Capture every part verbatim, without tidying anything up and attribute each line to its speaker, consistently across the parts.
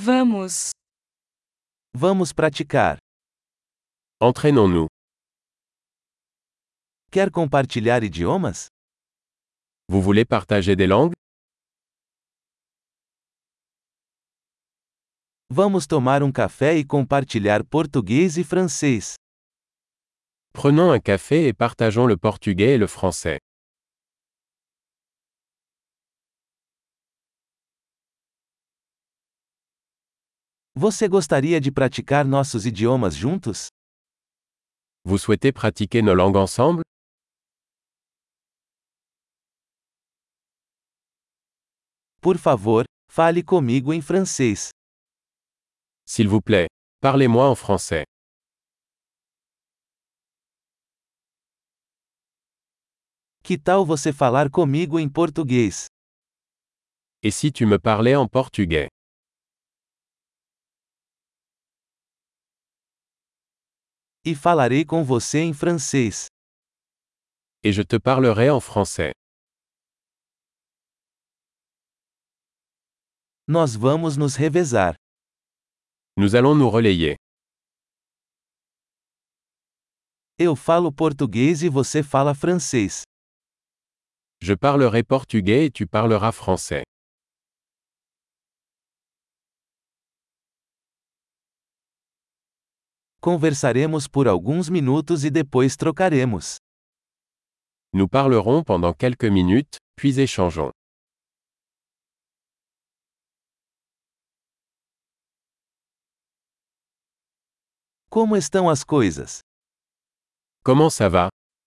Speaker 1: Vamos.
Speaker 2: Vamos praticar.
Speaker 3: Entraînons-nous.
Speaker 2: Quer compartilhar idiomas?
Speaker 3: Vous voulez partager des langues?
Speaker 2: Vamos tomar um café e compartilhar português e francês.
Speaker 3: Prenons un café et partageons le portugais et le français.
Speaker 2: Você gostaria de praticar nossos idiomas juntos?
Speaker 3: Vous souhaitez pratiquer nos langues ensemble?
Speaker 2: Por favor, fale comigo em francês.
Speaker 3: S'il vous plaît, parlez-moi en français.
Speaker 2: Que tal você falar comigo em português?
Speaker 3: Et si tu me parlais en portugais?
Speaker 2: E falarei com você em francês.
Speaker 3: Et je te parlerai en français.
Speaker 2: Nós vamos nos revezar.
Speaker 3: Nous allons nous relayer.
Speaker 2: Eu falo português e você fala francês.
Speaker 3: Je parlerai portugais et tu parleras français.
Speaker 2: Conversaremos por alguns minutos e depois trocaremos.
Speaker 3: Nous parlerons pendant quelques minutes, puis échangeons.
Speaker 2: Como estão as coisas?
Speaker 3: Comment ça va?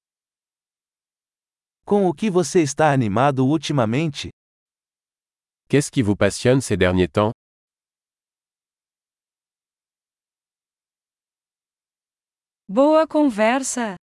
Speaker 2: Com o que você está animado ultimamente?
Speaker 3: Qu'est-ce qui vous passionne ces derniers temps?
Speaker 1: Boa conversa!